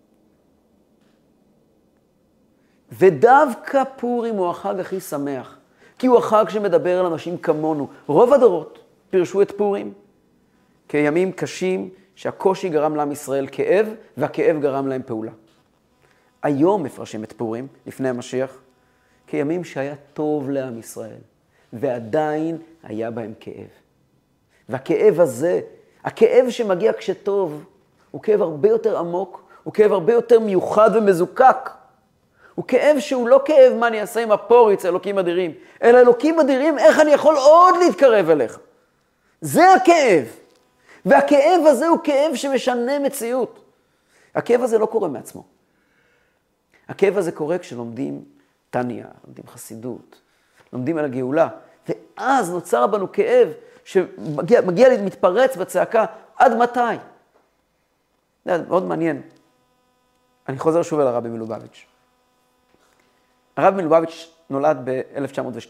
ודווקא פורים הוא החג הכי שמח, כי הוא החג שמדבר על אנשים כמונו. רוב הדורות פירשו את פורים כימים קשים שהקושי גרם לעם ישראל כאב, והכאב גרם להם פעולה. היום מפרשים את פורים, לפני המשיח, כימים שהיה טוב לעם ישראל, ועדיין היה בהם כאב. והכאב הזה, הכאב שמגיע כשטוב, הוא כאב הרבה יותר עמוק, הוא כאב הרבה יותר מיוחד ומזוקק. הוא כאב שהוא לא כאב מה אני אעשה עם הפוריץ, אלוקים אדירים, אלא אלוקים אדירים, איך אני יכול עוד להתקרב אליך. זה הכאב. והכאב הזה הוא כאב שמשנה מציאות. הכאב הזה לא קורה מעצמו. הכאב הזה קורה כשלומדים תניה, לומדים חסידות, לומדים על הגאולה, ואז נוצר בנו כאב שמגיע מתפרץ בצעקה, עד מתי? זה מאוד מעניין. אני חוזר שוב אל הרבי מלובביץ'. הרבי מלובביץ' נולד ב-1902,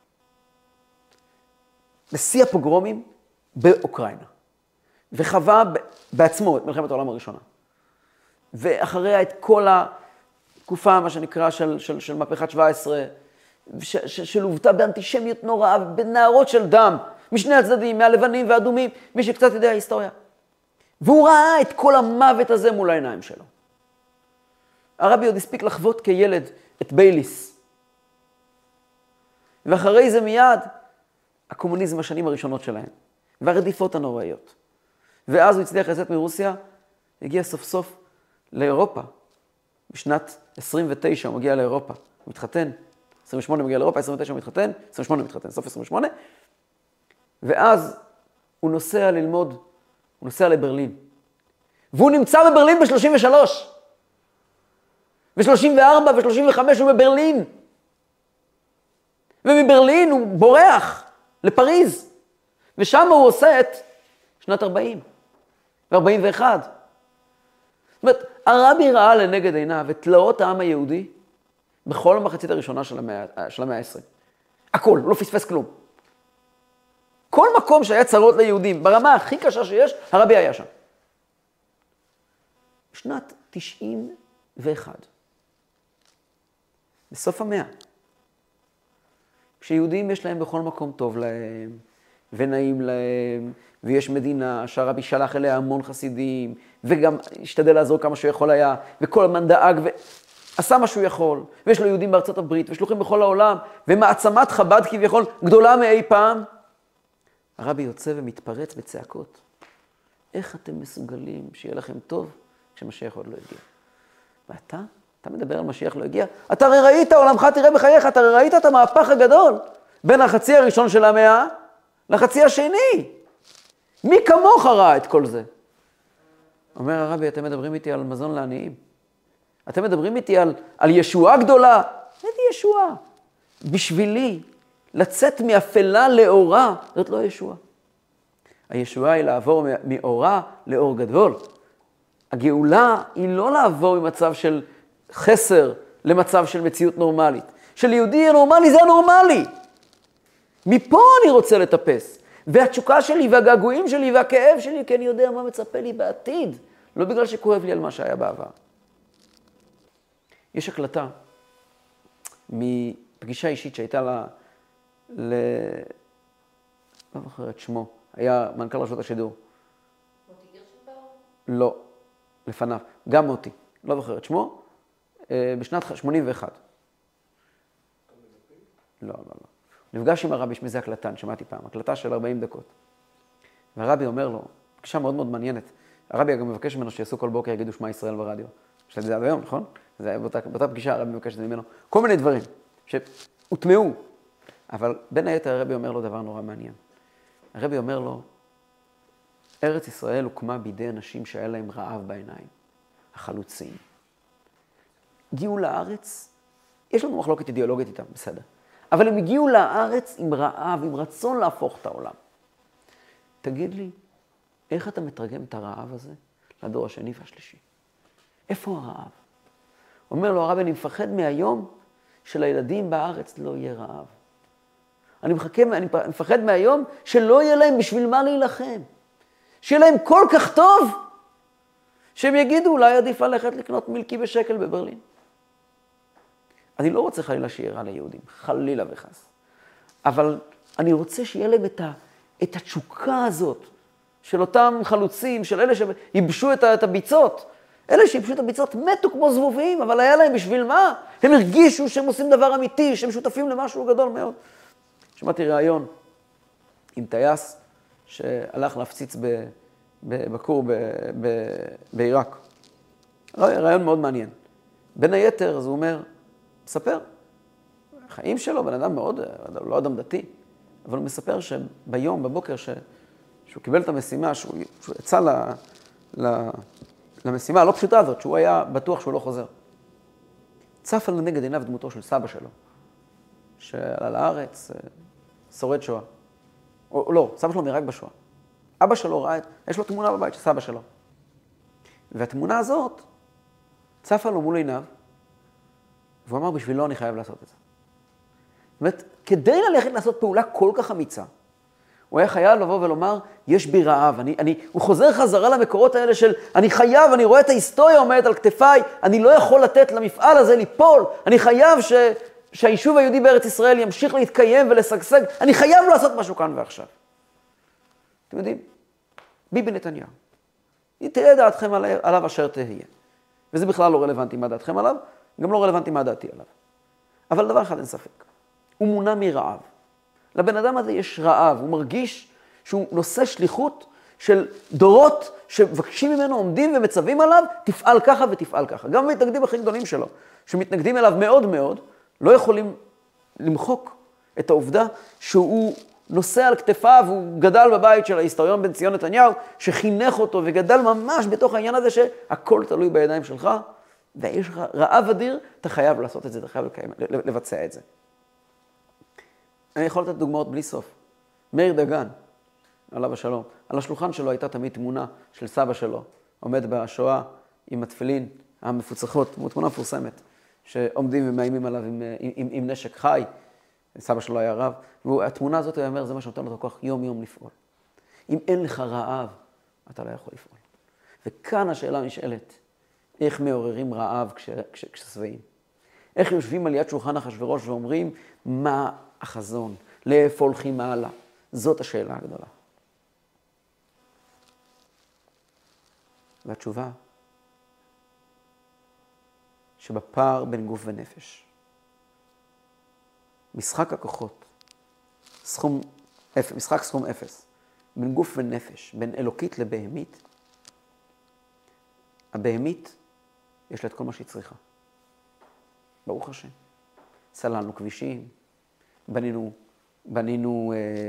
בשיא הפוגרומים באוקראינה, וחווה בעצמו את מלחמת העולם הראשונה. ואחריה את כל התקופה, מה שנקרא, של מהפכת 17, שלוותה באנטישמיות נוראה, בנערות של דם, משני הצדדים, מהלבנים והאדומים, מי שקצת יודע היסטוריה. והוא ראה את כל המוות הזה מול העיניים שלו. הרבי עוד הספיק לחוות כילד את בייליס. ואחרי זה מיד, הקומוניזם השנים הראשונות שלהם, והרדיפות הנוראיות. ואז הוא הצליח לצאת מרוסיה, הגיע סוף סוף לאירופה. בשנת 29 הוא מגיע לאירופה, הוא מתחתן. 28 הוא מגיע לאירופה, 29 הוא מתחתן, 28 הוא מתחתן, סוף 28. ואז הוא נוסע ללמוד, הוא נוסע לברלין. והוא נמצא בברלין ב-33. ב-34 ו-35 הוא בברלין. ומברלין הוא בורח לפריז. ושם הוא עושה את שנת 40 ו-41. זאת אומרת, הרבי ראה לנגד עיניו את תלאות העם היהודי בכל המחצית הראשונה של המאה ה-20. הכל, לא פספס כלום. כל מקום שהיה צרות ליהודים, ברמה הכי קשה שיש, הרבי היה שם. בשנת 91, בסוף המאה, כשיהודים יש להם בכל מקום טוב להם, ונעים להם, ויש מדינה שהרבי שלח אליה המון חסידים, וגם השתדל לעזור כמה שהוא יכול היה, וכל הזמן דאג, עשה מה שהוא יכול, ויש לו יהודים בארצות הברית, ושלוחים בכל העולם, ומעצמת חב"ד כביכול גדולה מאי פעם, הרבי יוצא ומתפרץ בצעקות. איך אתם מסוגלים שיהיה לכם טוב כשמשיח עוד לא הגיע? אתה מדבר על משיח לא הגיע? אתה הרי ראית, עולמך תראה בחייך, אתה הרי ראית את המהפך הגדול בין החצי הראשון של המאה לחצי השני. מי כמוך ראה את כל זה? אומר הרבי, אתם מדברים איתי על מזון לעניים. אתם מדברים איתי על ישועה גדולה. איזה ישועה? בשבילי, לצאת מאפלה לאורה, זאת לא ישועה. הישועה היא לעבור מאורה לאור גדול. הגאולה היא לא לעבור ממצב של חסר למצב של מציאות נורמלית. של יהודי הנורמלי זה הנורמלי. מפה אני רוצה לטפס. והתשוקה שלי והגעגועים שלי והכאב שלי, כי אני יודע מה מצפה לי בעתיד. לא בגלל שכואב לי על מה שהיה בעבר. יש הקלטה מפגישה אישית שהייתה לא זוכר את שמו, היה מנכ"ל רשות השידור. מוטי גירשנבאום? לא, לפניו. גם מוטי, לא זוכר את שמו, בשנת 81. לא. נפגש עם הרבי, יש מזה הקלטה, אני שמעתי פעם, הקלטה של 40 דקות. והרבי אומר לו, פגישה מאוד מאוד מעניינת, הרבי גם מבקש ממנו שיעשו כל בוקר, יגידו שמע ישראל ברדיו. יש לזה עד היום, נכון? זה היה באותה פגישה, הרבי מבקש את זה ממנו. כל מיני דברים שהוטמעו. אבל בין היתר הרבי אומר לו דבר נורא מעניין. הרבי אומר לו, ארץ ישראל הוקמה בידי אנשים שהיה להם רעב בעיניים, החלוצים. הגיעו לארץ, יש לנו מחלוקת אידיאולוגית איתם, בסדר. אבל הם הגיעו לארץ עם רעב, עם רצון להפוך את העולם. תגיד לי, איך אתה מתרגם את הרעב הזה לדור השני והשלישי? איפה הרעב? אומר לו הרבי, אני מפחד מהיום שלילדים בארץ לא יהיה רעב. אני מפחד מהיום שלא יהיה להם בשביל מה להילחם. שיהיה להם כל כך טוב, שהם יגידו, אולי עדיף ללכת לקנות מילקי בשקל בברלין. אני לא רוצה חלילה שיהיה רע ליהודים, חלילה וחס. אבל אני רוצה שיהיה להם את התשוקה הזאת, של אותם חלוצים, של אלה שיבשו את הביצות. אלה שיבשו את הביצות מתו כמו זבובים, אבל היה להם בשביל מה? הם הרגישו שהם עושים דבר אמיתי, שהם שותפים למשהו גדול מאוד. שמעתי ראיון עם טייס שהלך להפציץ בכור בעיראק. ראיון מאוד מעניין. בין היתר, אז הוא אומר, מספר, החיים שלו, בן אדם מאוד, לא אדם דתי, אבל הוא מספר שביום, בבוקר, שהוא קיבל את המשימה, שהוא יצא למשימה הלא פשוטה הזאת, שהוא היה בטוח שהוא לא חוזר. צף על נגד עיניו דמותו של סבא שלו, שעלה לארץ, שורד שואה. או לא, סבא שלו נהרג בשואה. אבא שלו ראה, יש לו תמונה בבית של סבא שלו. והתמונה הזאת צפה לו מול עיניו, והוא אמר, בשבילו אני חייב לעשות את זה. זאת אומרת, כדי ללכת לעשות פעולה כל כך אמיצה, הוא היה חייב לבוא ולומר, יש בי רעב. הוא חוזר חזרה למקורות האלה של, אני חייב, אני רואה את ההיסטוריה עומדת על כתפיי, אני לא יכול לתת למפעל הזה ליפול, אני חייב שהיישוב היהודי בארץ ישראל ימשיך להתקיים ולשגשג, אני חייב לעשות משהו כאן ועכשיו. אתם יודעים, ביבי נתניהו, תהיה דעתכם עליו אשר תהיה. וזה בכלל לא רלוונטי מה דעתכם עליו, גם לא רלוונטי מה דעתי עליו. אבל דבר אחד אין ספק, הוא מונע מרעב. לבן אדם הזה יש רעב, הוא מרגיש שהוא נושא שליחות של דורות שמבקשים ממנו, עומדים ומצווים עליו, תפעל ככה ותפעל ככה. גם המתנגדים הכי גדולים שלו, שמתנגדים אליו מאוד מאוד, לא יכולים למחוק את העובדה שהוא נושא על כתפיו, הוא גדל בבית של ההיסטוריון בן ציון נתניהו, שחינך אותו וגדל ממש בתוך העניין הזה שהכל תלוי בידיים שלך, ויש רעב אדיר, אתה חייב לעשות את זה, אתה חייב לבצע את זה. אני יכול לתת דוגמאות בלי סוף. מאיר דגן, עליו השלום, על השולחן שלו הייתה תמיד תמונה של סבא שלו, עומד בשואה עם התפילין המפוצחות, תמונה מפורסמת, שעומדים ומאיימים עליו עם נשק חי, סבא שלו היה רב, והתמונה הזאת הוא אומר, זה מה שנותן לו כוח יום יום לפעול. אם אין לך רעב, אתה לא יכול לפעול. וכאן השאלה נשאלת, איך מעוררים רעב כששבעים? איך יושבים על יד שולחן אחשוורוש ואומרים, מה החזון? לאיפה הולכים הלאה? זאת השאלה הגדולה. והתשובה, שבפער בין גוף ונפש. משחק הכוחות, משחק סכום אפס, בין גוף ונפש, בין אלוקית לבהמית, הבהמית יש לה את כל מה שהיא צריכה. ברוך השם. סללנו כבישים, בנינו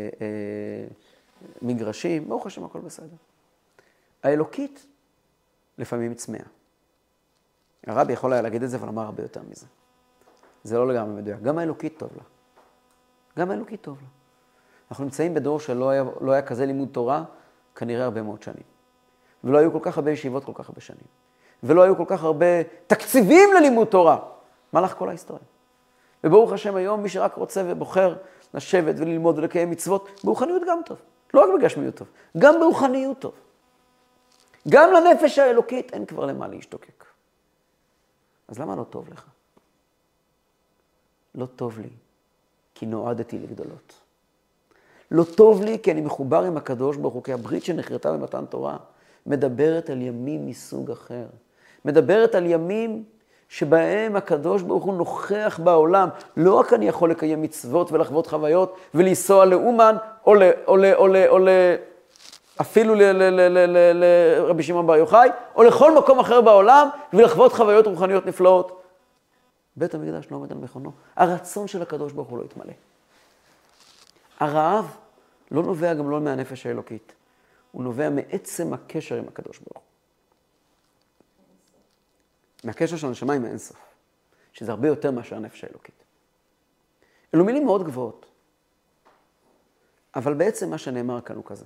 מגרשים, ברוך השם, הכל בסדר. האלוקית לפעמים צמאה. הרבי יכול היה להגיד את זה, אבל אמר הרבה יותר מזה. זה לא לגמרי מדויק. גם האלוקית טוב לה. גם האלוקית טוב לה. אנחנו נמצאים בדור שלא היה כזה לימוד תורה, כנראה הרבה מאוד שנים. ולא היו כל כך הרבה ישיבות כל כך הרבה שנים. ולא היו כל כך הרבה תקציבים ללימוד תורה. מהלך כל ההיסטוריה. וברוך השם היום, מי שרק רוצה ובוחר לשבת וללמוד ולקיים מצוות, ברוחניות גם טוב. לא רק בגשמיות טוב, גם ברוחניות טוב. גם לנפש האלוקית אין כבר למה להשתוקק. אז למה לא טוב לך? לא טוב לי, כי נועדתי לגדולות. לא טוב לי, כי אני מחובר עם הקדוש ברוך הוא, כי הברית שנחרטה במתן תורה מדברת על ימים מסוג אחר. מדברת על ימים שבהם הקדוש ברוך הוא נוכח בעולם. לא רק אני יכול לקיים מצוות ולחוות חוויות ולנסוע לאומן, או אפילו לרבי שמעון בר יוחאי, או לכל מקום אחר בעולם, ולחוות חוויות רוחניות נפלאות. בית המקדש לא עומד על מכונו. הרצון של הקדוש ברוך הוא לא יתמלא. הרעב לא נובע גם לא מהנפש האלוקית. הוא נובע מעצם הקשר עם הקדוש ברוך הוא. מהקשר של הנשמה עם האינסוף, שזה הרבה יותר מאשר הנפש האלוקית. אלו מילים מאוד גבוהות. אבל בעצם מה שנאמר כאן הוא כזה.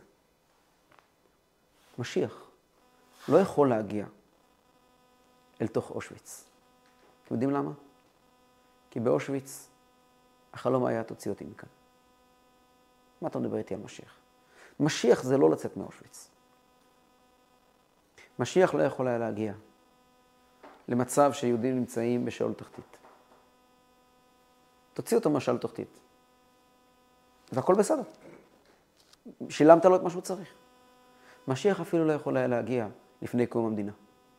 משיח לא יכול להגיע אל תוך אושוויץ. אתם יודעים למה? כי באושוויץ החלום היה תוציא אותי מכאן. מה אתה מדבר איתי על משיח? משיח זה לא לצאת מאושוויץ. משיח לא יכול היה להגיע למצב שיהודים נמצאים בשאול תחתית. תוציא אותו מהשאול תחתית. והכל בסדר. שילמת לו את מה שהוא צריך. משיח אפילו לא יכול היה להגיע לפני קום המדינה.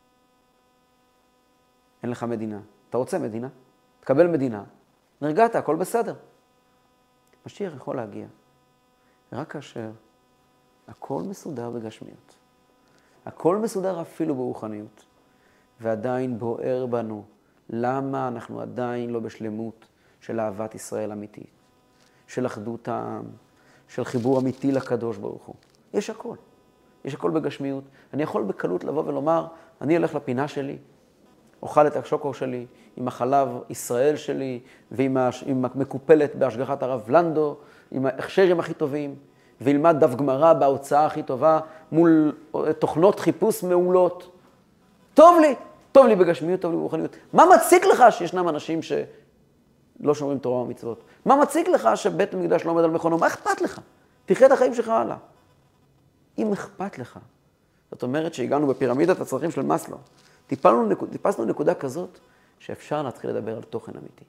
אין לך מדינה. אתה רוצה מדינה? תקבל מדינה. נרגעת, הכל בסדר. משיח יכול להגיע רק כאשר הכל מסודר בגשמיות. הכל מסודר אפילו ברוחניות. ועדיין בוער בנו למה אנחנו עדיין לא בשלמות של אהבת ישראל אמיתית, של אחדות העם, של חיבור אמיתי לקדוש ברוך הוא. יש הכל. יש הכל בגשמיות. אני יכול בקלות לבוא ולומר, אני אלך לפינה שלי, אוכל את השוקו שלי, עם החלב ישראל שלי, ועם המקופלת בהשגחת הרב לנדו, עם ההכשרים הכי טובים, וילמד דף גמרא בהוצאה הכי טובה, מול תוכנות חיפוש מעולות. טוב לי בגשמיות, טוב לי ברוחניות. מה מציק לך שישנם אנשים שלא שומרים תורה ומצוות? מה מציק לך שבית המקדש לא עומד על מכונו? מה אכפת לך? תחיה את החיים שלך הלאה. אם אכפת לך, זאת אומרת שהגענו בפירמידת הצרכים של מסלו, טיפסנו נקודה כזאת שאפשר להתחיל לדבר על תוכן אמיתי.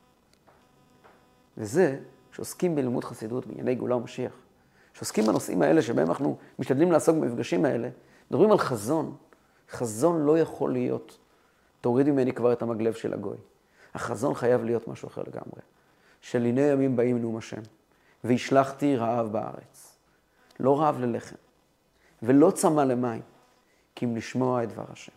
וזה שעוסקים בלימוד חסידות, בענייני גאולה ומשיח, שעוסקים בנושאים האלה שבהם אנחנו משתדלים לעסוק במפגשים האלה, מדברים על חזון. חזון לא יכול להיות, תוריד ממני כבר את המגלב של הגוי. החזון חייב להיות משהו אחר לגמרי. של הנה ימים באים נאום השם, והשלחתי רעב בארץ. לא רעב ללחם, ולא צמא למים, כי אם לשמוע את דבר השם.